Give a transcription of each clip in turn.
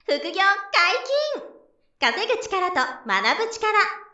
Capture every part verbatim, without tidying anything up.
副業解禁！稼ぐ力と学ぶ力。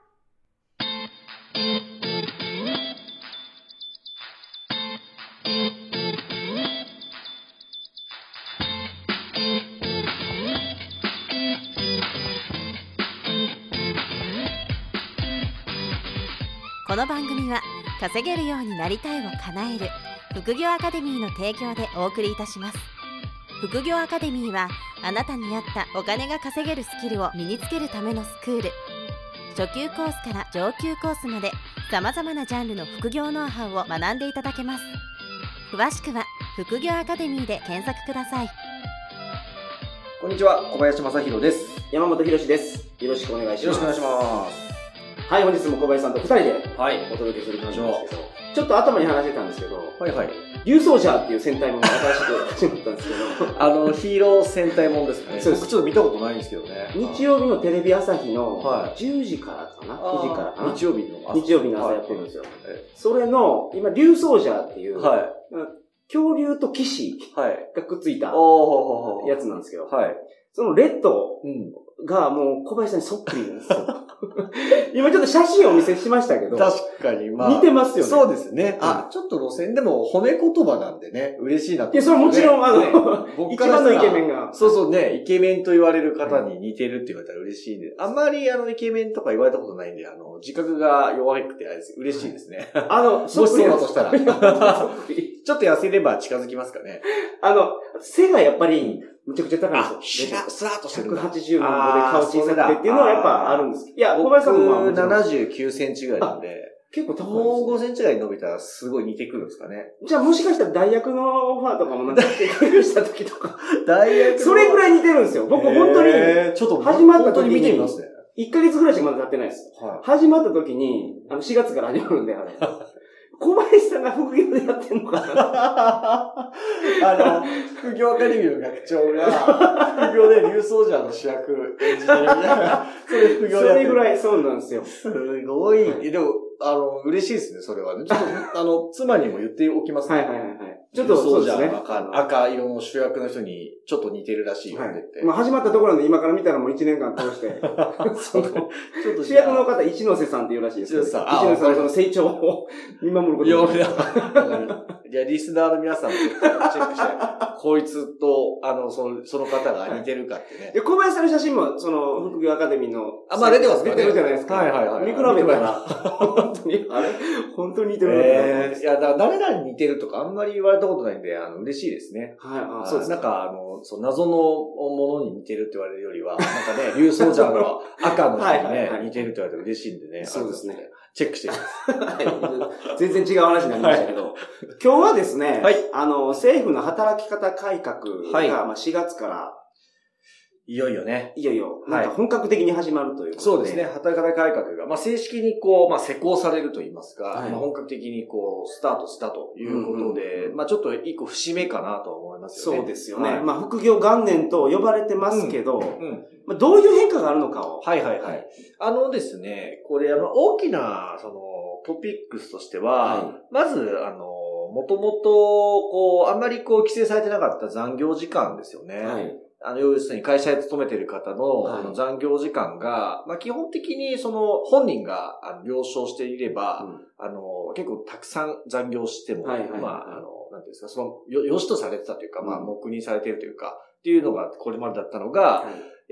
この番組は稼げるようになりたいを叶える副業アカデミーの提供でお送りいたします。副業アカデミーはあなたに合ったお金が稼げるスキルを身につけるためのスクール。初級コースから上級コースまで様々なジャンルの副業ノウハウを学んでいただけます。詳しくは副業アカデミーで検索ください。 こんにちは、小林正弘です。 山本博史です。よろしくお願いします。 よろしくお願いします。 はい、本日も小林さんとふたりではいお届けするとしましょう。ちょっと頭に話してたんですけど、 はいはい。 竜奏者っていう戦隊ものが新しく始まったんですけど、 あの、ヒーロー戦隊もんですかね。 そうです。 僕ちょっと見たことないんですけどね。 日曜日のテレビ朝日のはいじゅうじからかな、くじからかな。 日曜日の朝。 日曜日の朝やってるんですよ。 はいそれの、今、竜奏者っていう、 はい。 恐竜と騎士はい。 がくっついたおーやつなんですけど、 はい。 そのレッドうん。 がもう小林さんにそっくりなんですよ。今ちょっと写真をお見せしましたけど、 確かに、まあ。 似てますよね。 そうですね。あ、ちょっと路線でも褒め言葉なんでね、嬉しいなと。 いや、それもちろん、あの、 ね、 一番のイケメンが。 そうそうね、イケメンと言われる方に似てるって言われたら嬉しいんで、あんまりあの、イケメンとか言われたことないんで、あの、自覚が弱くてあれです。嬉しいですね。 あの、 もしそうだとしたら。ちょっと痩せれば近づきますかね。 あの、背がやっぱり、むちゃくちゃ高いんですよ。 あ、スラーっとしてる。 ひゃくはちじゅうので顔小さくてっていうのはやっぱあるんです。いや、小林さんもまあ僕ななじゅうきゅうセンチぐらいなんで、 結構高いです、ね。 もうごセンチぐらい伸びたらすごい似てくるんですかね。 じゃあもしかしたら大学のオファーとかもなんかデビューした時とか。 大学それぐらい似てるんですよ。僕本当に、 ちょっと始まった時に、 本当に見てみますね。 いっかげつぐらいしかまだ経ってないです。 はい、 始まった時に、あのしがつから始まるんで、あれ。小林さんが副業でやってんのかなあの、副業アカデミーの学長が、副業で竜奏者の主役演じてるみたいな。それ副業でやってる。 それぐらいそうなんですよ。 すごい。はい、でも、あの、嬉しいですね、それはね。ちょっと、あの、妻にも言っておきますね。 はいはいはい。ちょっとそうですね。 赤、赤色の主役の人にちょっと似てるらしいよって言って。 はい、まあ始まったところなんで今から見たらもういちねんかん通して。そのちょっと主役の方、一ノ瀬さんっていうらしいですよ。一ノ瀬さん。一ノ瀬さんのその成長を見守ることになる。 いや、リスナーの皆さんもちょっとチェックして、こいつと、あの、その、その方が似てるかってね。 いや、小林さんの写真も、その、副業アカデミーの。 あ、まあ出てますかね。 出てるじゃないですか。 はいはいはい。 見比べたら、本当に、あれ本当に似てる。 ええー、いや、だ誰々に似てるとかあんまり言われたことないんで、あの、嬉しいですね。 はい、あ、 そうです。なんか、あの、そう、謎のものに似てるって言われるよりは、なんかね、竜奏者の赤の人にね、似てるって言われたら嬉しいんでね。 そうですね。 チェックしてみます。 はい。全然違う話になりましたけど、はい、今日はですね、はい、あの、政府の働き方改革が、はい、まあしがつから、 いよいよね。 いよいよ、なんか本格的に始まるということで、 そうですね。働き方改革が、まあ正式にこう、まあ施行されると言いますか、 はい、 まあ本格的にこう、スタートしたということで、うんうん、まあちょっと一個節目かなと思いますよね。 そうですよね。 はい、 まあ副業元年と呼ばれてますけど、うんうんまあ、どういう変化があるのかを。 はいはいはい。あのですね、これあの大きな、その、トピックスとしては、はい、まず、あの、もともと、こう、あんまりこう、規制されてなかった残業時間ですよね。はい。あの、要するに会社で勤めてる方の、はい、あの残業時間が、まあ、基本的にその、本人が、あの、了承していれば、うん、あの、結構たくさん残業しても、はいはいはい、まあ、あの、なんていうんですか、その、よ、良しとされてたというか、うん、まあ、黙認されているというか、っていうのがこれまでだったのが、はい、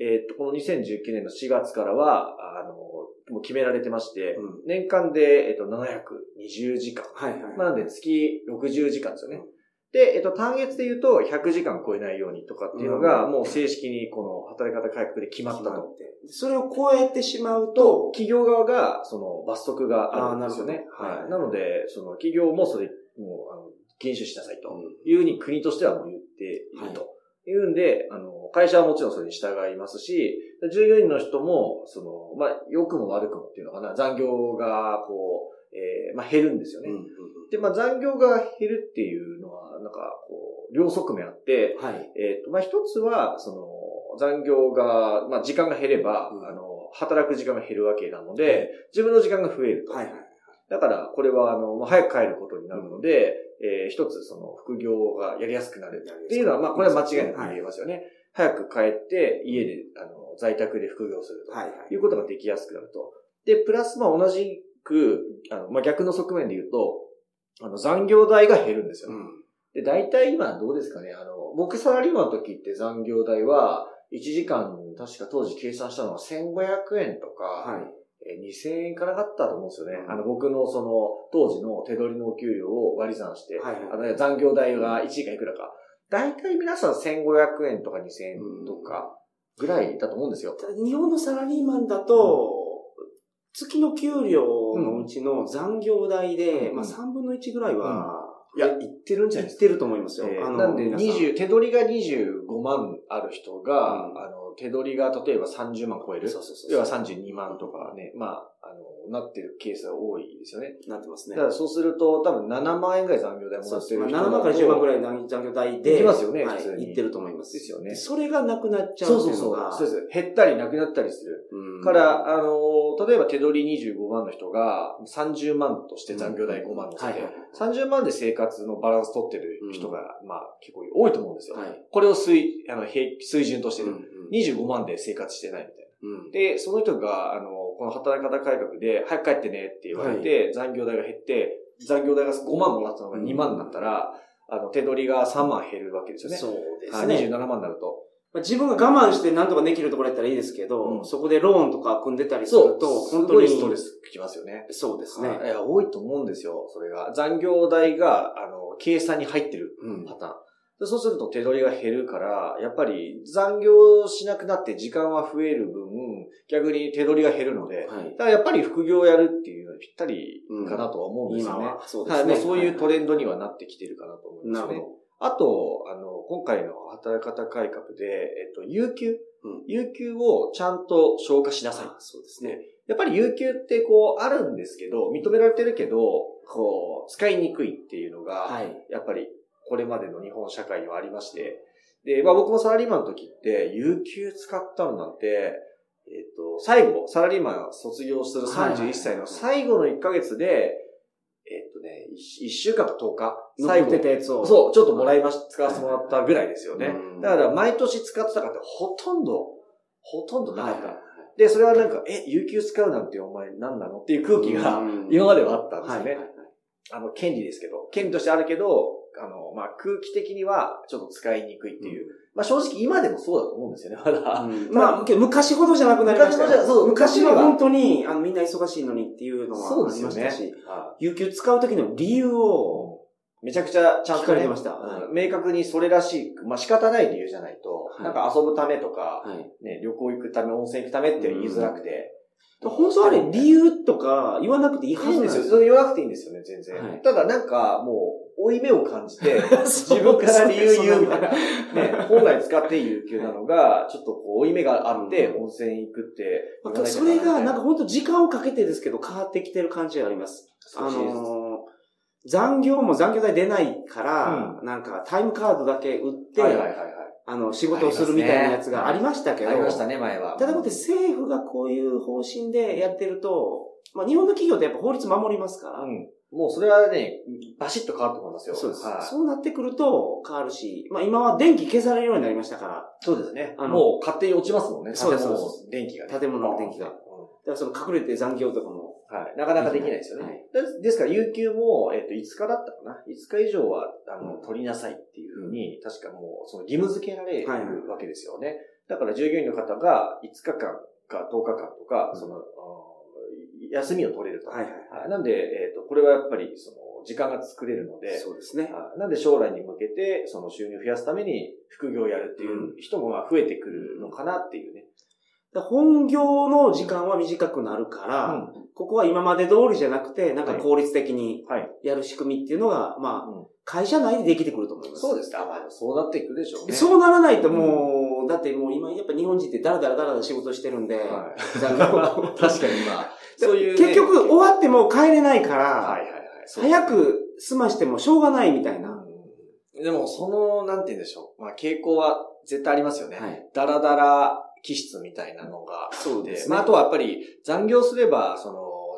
えっと、このにせんじゅうきゅうねんのしがつからは、あの、もう決められてまして、うん、年間で、えっと、ななひゃくにじゅうじかん。はいはい。まあ、なので月ろくじゅうじかんですよね。うん、で、えっと、単月で言うとひゃくじかん超えないようにとかっていうのが、もう正式にこの働き方改革で決まったと。 それを超えてしまうと、 企業側が、その、罰則があるんですよね。はい。なので、その、企業もそれ、もう、あの、厳守しなさいというふうに国としてはもう言っていると。はいいうんで、あの、会社はもちろんそれに従いますし、従業員の人も、その、まあ、良くも悪くもっていうのかな、残業が、こう、えー、まあ、減るんですよね。うんうんうん、で、まあ、残業が減るっていうのは、なんか、こう、両側面あって、はい、えっと、まあ、一つは、その、残業が、まあ、時間が減れば、うん、あの、働く時間が減るわけなので、はい、自分の時間が増えると。はいはい、だから、これは、あの、早く帰ることになるので、うんえー、一つ、その、副業がやりやすくなるっていうのは、まあ、これは間違いなく言えますよね。はい、 早く帰って家で、あの、在宅で副業すると。はいはい。いうことができやすくなると。で、プラスまあ同じく、あの、まあ逆の側面で言うと、あの、残業代が減るんですよ。うん、で、大体今どうですかね、あの、僕サラリーマンの時って残業代は、いちじかん、確か当時計算したのはせんごひゃくえんとか、はい、にせんえんからかったと思うんですよね。うん、あの、僕のその、当時の手取りのお給料を割り算して、はいはい、あの、ね、残業代がいちじかんいくらか。大体皆さんせんごひゃくえんとかにせんえんとかぐらいだと思うんですよ。 うん、日本のサラリーマンだと、うん、月の給料のうちの残業代で、うん、まあさんぶんのいちぐらいは、 うん、いや、言ってるんじゃないですか。 言ってると思いますよ。 えー、あのなんで、にじゅう、手取りがにじゅうごまんある人が、うん、あの、手取りが例えばさんじゅうまん超える。そうそうそう。要はさんじゅうにまんとかね、まあ、あの、なってるケースが多いですよね。 なってますね。 だからそうすると、多分ななまんえんぐらい残業代もらってる人が。 ななまんからじゅうまんぐらい残業代で。 いきますよね、 はい、 普通に。 言ってると思います。 ですよね。 それがなくなっちゃうっていうのが。 そうそうそう。そうです。減ったりなくなったりする。うん、から、あの、例えば手取りにじゅうごまんの人がさんじゅうまんとして残業代ごまん乗せて、さんじゅうまんで生活のバランス取ってる人が、うん、まあ結構多いと思うんですよ。はい、これを水、あの、水準としてる。うんうん、にじゅうごまんで生活してないみたいな。うん、で、その人が、あの、この働き方改革で、早く帰ってねって言われて、はい、残業代が減って、残業代がごまんもらったのがにまんになったら、うん、あの、手取りがさんまん減るわけですよね。そうですね。にじゅうななまんになると。 自分が我慢して何とかできるところやったらいいですけど、うん、そこでローンとか組んでたりすると、 本当にストレスきますよね。 そうですね。 いや、多いと思うんですよ、それが。残業代が、あの、計算に入ってるパターン。うんでそうすると手取りが減るから、やっぱり残業しなくなって時間は増える分、逆に手取りが減るので、はい、だからやっぱり副業をやるっていうのはぴったりかなとは思うんですよね。うん、今はそうですね。はい、そういうトレンドにはなってきてるかなと思いますね。なるほど。あと、あの、今回の働き方改革で、えっと、有給、うん、有給をちゃんと消化しなさい。そうですね。やっぱり有給ってこうあるんですけど、認められてるけど、こう、使いにくいっていうのが、はい、やっぱりこれまでの日本社会にはありまして、で、まあ僕もサラリーマンの時って、有給使ったのなんて、えっと、最後、サラリーマン卒業するさんじゅういっさいの最後のいっかげつで、えっとね、いっしゅうかんかとおか、最後。残ってたやつを。そう、ちょっともらいまし、使わせてもらったぐらいですよね。だから毎年使ってたかってほとんど、ほとんどなかった。はい、で、それはなんか、え、有給使うなんてお前何なのっていう空気が今まではあったんですよね。はいはいはい、あの、権利ですけど、権利としてあるけど、あの、まあ、空気的にはちょっと使いにくいっていう。うん、まあ、正直今でもそうだと思うんですよね、まだ。うん、 まあ、昔ほどじゃなくなりましたよ。昔ほどじゃ、そう、昔は本当に、あの、みんな忙しいのにっていうのはありましたし、そうですよね、有給使う時の理由を、 めちゃくちゃちゃんと、ね、 聞かれてました、 うん。明確にそれらしい、まあ、仕方ない理由じゃないと、はい、なんか遊ぶためとか、はい、ね、旅行行くため、温泉行くためって言いづらくて、 うん、本当あれ、理由とか言わなくていいはずなんですよ。 いいんですよ。言わなくていいんですよね、全然。はい、ただなんか、もう、負い目を感じて、自分から理由言うみたいな。ね、本来使っていい有給なのが、ちょっとこう、負い目があって、温泉行くって言わないと。それが、なんか本当時間をかけてですけど、変わってきてる感じがあります。あのー、残業も残業代出ないから、うん、なんかタイムカードだけ売って、はいはいはいはい、あの、仕事をするみたいなやつがありましたけど。 ありましたね、前は。 ただこうやって政府がこういう方針でやってると、まあ日本の企業ってやっぱ法律守りますから。うん、 もうそれはね、バシッと変わると思いますよ。 そうです。はい、そうなってくると変わるし、まあ今は電気消されるようになりましたから。 そうですね。あのもう勝手に落ちますもんね。 そうです。 電気がね。 建物の電気が。だからその隠れて残業とかも。 はい。なかなかできないですよね。はい、ですから、有給も、えっと、いつかだったかな。いつか以上は、あの、取りなさいっていうふうに、確かもう、その義務付けられるわけですよね。はい、だから、従業員の方がいつかかんかとおかかんとか、うん、その、休みを取れると。はいはいはい。なんで、えっと、これはやっぱり、その、時間が作れるので、 そうですね。 なんで将来に向けて、その収入を増やすために、副業をやるっていう人もまあ増えてくるのかなっていうね。 本業の時間は短くなるから、うん、ここは今まで通りじゃなくて、なんか効率的にやる仕組みっていうのが、まあ、うん、会社内でできてくると思います。 そうですね。まあ、そうなっていくでしょうね。 そうならないともう、うん、だってもう今やっぱ日本人ってダラダラダラダラ仕事してるんで、はい、 確かに今、そういう、 ね、結局終わっても帰れないから、はいはいはい、早く済ましてもしょうがないみたいな。 うん、でも、その、なんて言うんでしょう。まあ、傾向は絶対ありますよね。はい、ダラダラ気質みたいなのがあって、そうですね。まあ、あとはやっぱり残業すれば、その、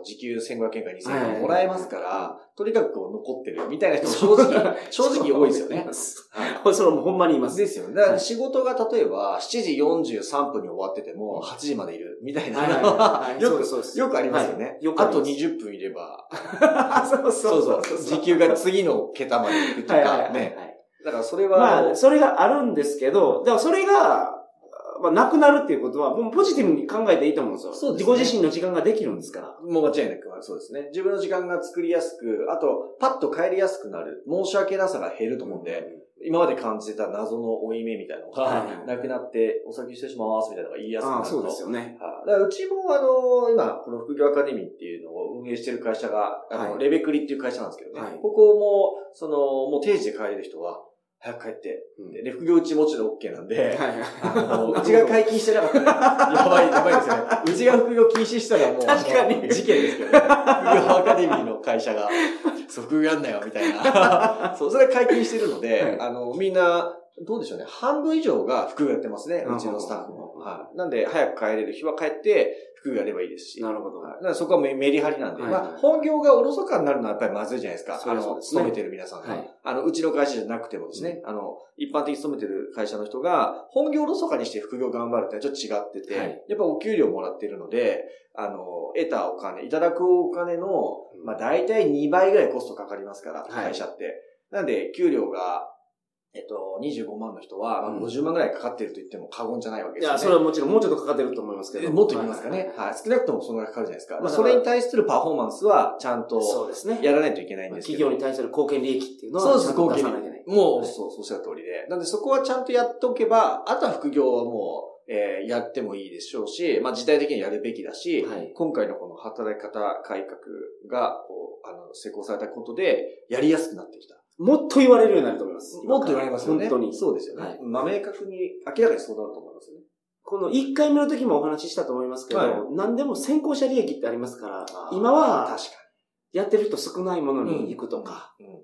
時給せんごひゃくえんかにせんえんもらえますから、とにかくこう残ってるみたいな人も正直、正直多いですよね。 はい。それもほんまにいます。 ですよね。だから仕事が例えばしちじよんじゅうさんぷんに終わっててもはちじまでいるみたいなのは、よく、よくありますよね。あとにじゅっぷんいれば、そうそうそう。時給が次の桁まで行くとか、ね。だからそれは。 まあ、それがあるんですけど、でもそれが、まあ、なくなるっていうことは、もうポジティブに考えていいと思うんですよ。そうですね。自己自身の時間ができるんですから。 もう間違いなく、そうですね。自分の時間が作りやすく、あと、パッと帰りやすくなる。申し訳なさが減ると思うんで、うん、今まで感じてた謎の負い目みたいなのが、なくなって、お先失礼しますみたいなのが言いやすくなると。ああ、そうですよね。だからうちも、あの、今、この副業アカデミーっていうのを運営してる会社が、あの、はい、レベクリっていう会社なんですけどね。はい、ここも、その、もう定時で帰れる人は、早く帰って、うん、で、副業うちもちろん OK なんで、はいはい、あの、うちが解禁してなかったら、やばい、やばいですよね。うちが副業禁止したらもう、 確かに事件ですけどね。副業アカデミーの会社が、副業やんなよ、みたいな。そう、それは解禁してるので、はい、あの、みんな、どうでしょうね。半分以上が副業やってますね、うちのスタッフも。はい。なんで、早く帰れる日は帰って、副業やればいいですし。 なるほど。 はい、だからそこはメリハリなんで、はいはい、まあ、本業がおろそかになるのはやっぱりまずいじゃないですか。あの、勤めてる皆さんが、はい。あの、うちの会社じゃなくてもですね、うん、あの、一般的に勤めてる会社の人が、本業をおろそかにして副業頑張るってのはちょっと違ってて、はい、やっぱお給料もらってるので、あの、得たお金、いただくお金の、まあ、大体にばいぐらいコストかかりますから、会社って。はい、なんで、給料が、えっと、にじゅうごまんの人は、まあ、ごじゅうまんぐらいかかってると言っても過言じゃないわけですよね。 いや、それはもちろんもうちょっとかかってると思いますけど。 もっといきますかね。はい。少なくともそのぐらいかかるじゃないですか。まあ、それに対するパフォーマンスは、ちゃんと、そうですね。やらないといけないんですけど。 企業に対する貢献利益っていうのは、ちゃんと出さなきゃいけない。 もう、そう、そうおっしゃる通りで。なんでそこはちゃんとやっておけば、あとは副業はもう、えー、やってもいいでしょうし、まあ、時代的にやるべきだし、はい、今回のこの働き方改革が、こう、あの、施行されたことで、やりやすくなってきた。 もっと言われるようになると思います。 もっと言われますよね。 本当に。 そうですよね。はい、まあ、明確に、明らかにそうなると思いますよね。 このいっかいめの時もお話ししたと思いますけど、はい、何でも先行者利益ってありますから、今は、確かに。やってる人少ないものに行くとか。うんうんうん、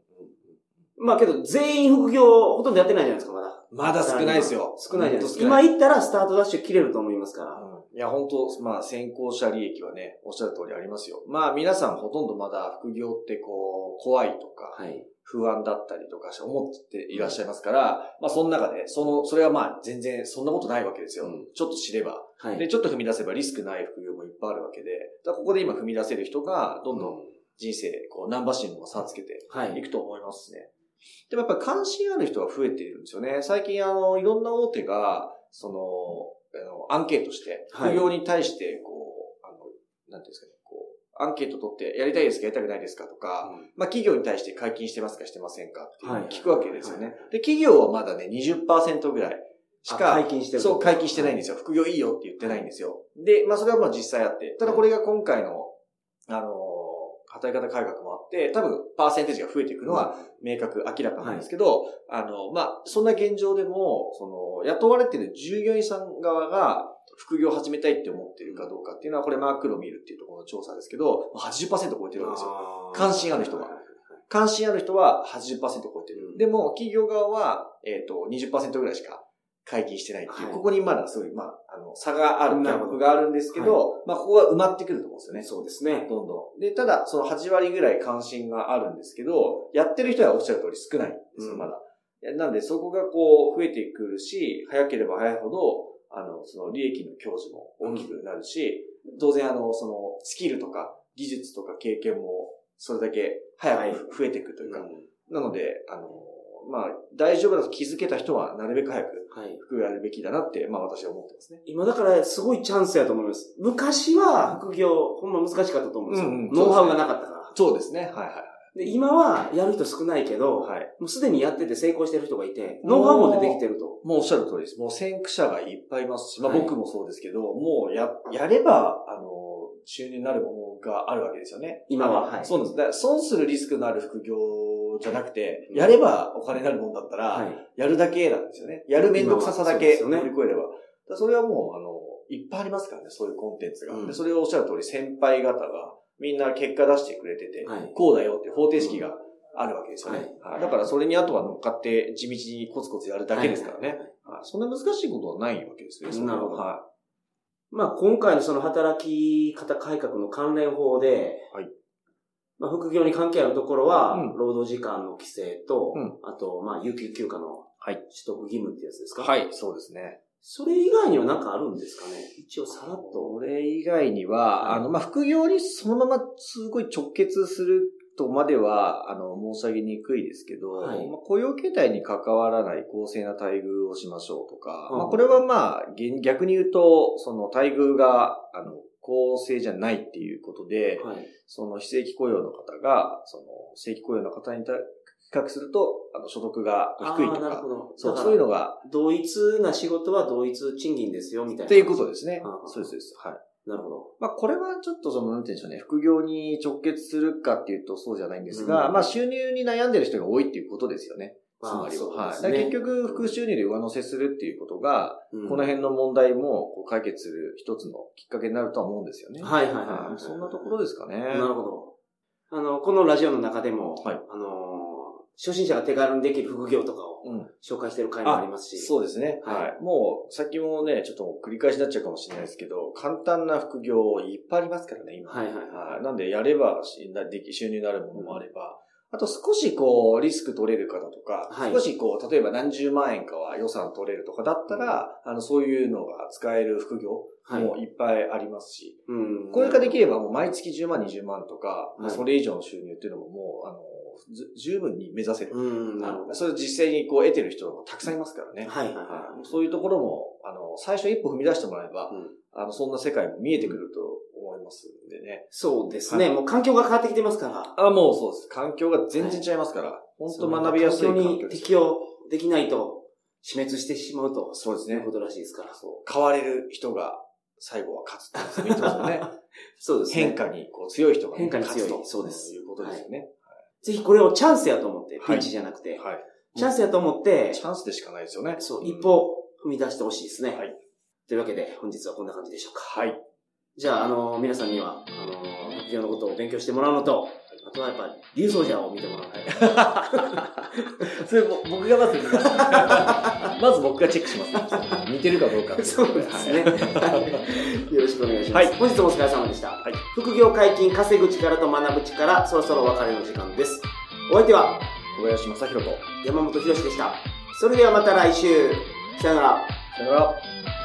まあけど、全員副業ほとんどやってないじゃないですか、まだ。 まだ少ないですよ。 少ないじゃないですか。今行ったらスタートダッシュ切れると思いますから。 うん、いや、本当まあ、先行者利益はね、おっしゃる通りありますよ。まあ、皆さんほとんどまだ副業ってこう、怖いとか、はい、不安だったりとか思っていらっしゃいますから、まあその中で、その、それはまあ全然そんなことないわけですよ。うん、ちょっと知れば、はい。で、ちょっと踏み出せばリスクない副業もいっぱいあるわけで、だからここで今踏み出せる人がどんどん人生、こう、ナンバーシーンも差つけていくと思いますね。はい、でもやっぱり関心ある人は増えているんですよね。最近あの、いろんな大手が、その、あの、アンケートして、副業に対して、こう、あの、なんていうんですかね。アンケート取って、やりたいですかやりたくないですかとか、うん、まあ企業に対して解禁してますかしてませんかっていうのを聞くわけですよね。はいはいはい、で、企業はまだね、にじゅっパーセント ぐらいしか、 解禁してる。 そう、解禁してないんですよ。副業いいよって言ってないんですよ。で、まあそれはまあ実際あって、ただこれが今回の、あのー、働き方改革もあって、多分パーセンテージが増えていくのは明確、明らかなんですけど、はい、あの、まあ、そんな現状でも、その、雇われている従業員さん側が、副業を始めたいって思っているかどうかっていうのは、これマークロを見るっていうところの調査ですけど、はちじゅっパーセント 超えてるわけですよ。関心ある人は。関心ある人は はちじゅっパーセント 超えてる。でも、企業側は、えっと、にじゅっパーセント ぐらいしか解禁してないっていう、はい、ここにまだすごい、まあ、あの、差がある、ギャップがあるんですけど、はい、まあ、ここが埋まってくると思うんですよね。 そうですね。 どんどん。で、ただ、そのはち割ぐらい関心があるんですけど、やってる人はおっしゃる通り少ないんですよ、まだ。うん、なんで、そこがこう、増えてくるし、早ければ早いほど、あの、その利益の享受も大きくなるし、うん、当然あの、そのスキルとか技術とか経験もそれだけ早く増えていくというか、はい、なので、あの、まあ、大丈夫だと気づけた人はなるべく早く副業やるべきだなって、まあ私は思ってますね。 今だからすごいチャンスやと思います。昔は副業ほんま難しかったと思うんですよ。うんうん、ノウハウがなかったから。 そうですね。はいはい。 で、今はやる人少ないけど、はい、もうすでにやってて成功してる人がいて、ノウハウも出てきてると。 もうおっしゃる通りです。もう先駆者がいっぱいいますし、まあ僕もそうですけど、はい、もうや、やれば、あの、収入になるものがあるわけですよね。 今は。 はい、そうなんです。だから損するリスクのある副業じゃなくて、やればお金になるもんだったら、はい、やるだけなんですよね。やるめんどくささだけ乗り越えれば。だそれはもう、あの、いっぱいありますからね、そういうコンテンツが。うん、でそれをおっしゃる通り、先輩方がみんな結果出してくれてて、はい、こうだよって方程式が、うんあるわけですよね。はい、だからそれにあとは乗っかって地道にコツコツやるだけですからね。はいはい、そんな難しいことはないわけですね。 なるほど。 はいまあ今回のその働き方改革の関連法で、 はい。 まあ副業に関係あるところは、 うん、 労働時間の規制と、 うん、 あと、まあ有給休暇の取得義務ってやつですか？ はい、そうですね。 それ以外には何かあるんですかね？一応さらっと。 これ以外には、はい、あの、まあ、副業にそのまますごい直結するとまでは、あの、申し上げにくいですけど、はい、まあ、雇用形態に関わらない公正な待遇をしましょうとか、うん、まあ、これはまあ、逆に言うと、その待遇が、あの、公正じゃないっていうことで、はい、その非正規雇用の方が、その正規雇用の方に比較すると、あの、所得が低いとか、なるほど。そう、そういうのが。 同一な仕事は同一賃金ですよ、みたいな。 っていうことですね。そうです、そうです。はい。 なるほど。 まあ、これはちょっとその、なんて言うんでしょうね、副業に直結するかっていうとそうじゃないんですが、うん、まあ、収入に悩んでる人が多いっていうことですよね。つまりは。はい。結局、副収入で上乗せするっていうことが、うん、この辺の問題もこう解決する一つのきっかけになるとは思うんですよね。 はいはいはい、はい。 そんなところですかね。 なるほど。あの、このラジオの中でも、はい、あの、初心者が手軽にできる副業とかを紹介している回もありますし。 うん、そうですね。はい。はい、もう、さっきもね、ちょっと繰り返しになっちゃうかもしれないですけど、簡単な副業いっぱいありますからね、今。 はいはいはい。 はい、なんで、やれば収入になるものもあれば、うん、あと少しこう、リスク取れる方とか、はい、少しこう、例えば何十万円かは予算取れるとかだったら、うん、あの、そういうのが使える副業もいっぱいありますし、はい、これができればもう毎月じゅうまん、にじゅうまんとか、はい、それ以上の収入っていうのももう、あの、十分に目指せる。うん、なるほど。それ実際にこう得てる人もたくさんいますからね。はいはいはい。そういうところも、あの、最初一歩踏み出してもらえば、うん、あの、そんな世界も見えてくると思いますんでね。 そうですね。はい、もう環境が変わってきてますから。 あ、もうそうです。環境が全然違いますから。はい、本当学びやすい環境です。 環境に適応できないと死滅してしまうと。 そうですね。 いうことらしいですから。そう。 変われる人が最後は勝つって言ってますよね。 そうですね。 変化にこう強い人が、 ね、変化に強い。 そうです。いうことですよね。はい、 ぜひこれをチャンスやと思って、ピンチじゃなくて、はいはい、チャンスやと思って、 チャンスでしかないですよね。 そう、一歩踏み出してほしいですね。はい。というわけで、本日はこんな感じでしょうか。 はい。 じゃあ、あのー、皆さんには、あのー、副業のことを勉強してもらうのと、あとはやっぱり、竜奏者を見てもらう。 それも、僕がまず見ます。まず僕がチェックします。似てるかどうか。 そうですね。よろしくお願いします。はい。本日もお疲れ様でした。はい。副業解禁、稼ぐ力と学ぶ力、そろそろお別れの時間です。お相手は、 小林正宏と山本博史でした。それではまた来週。さよなら。 さよなら。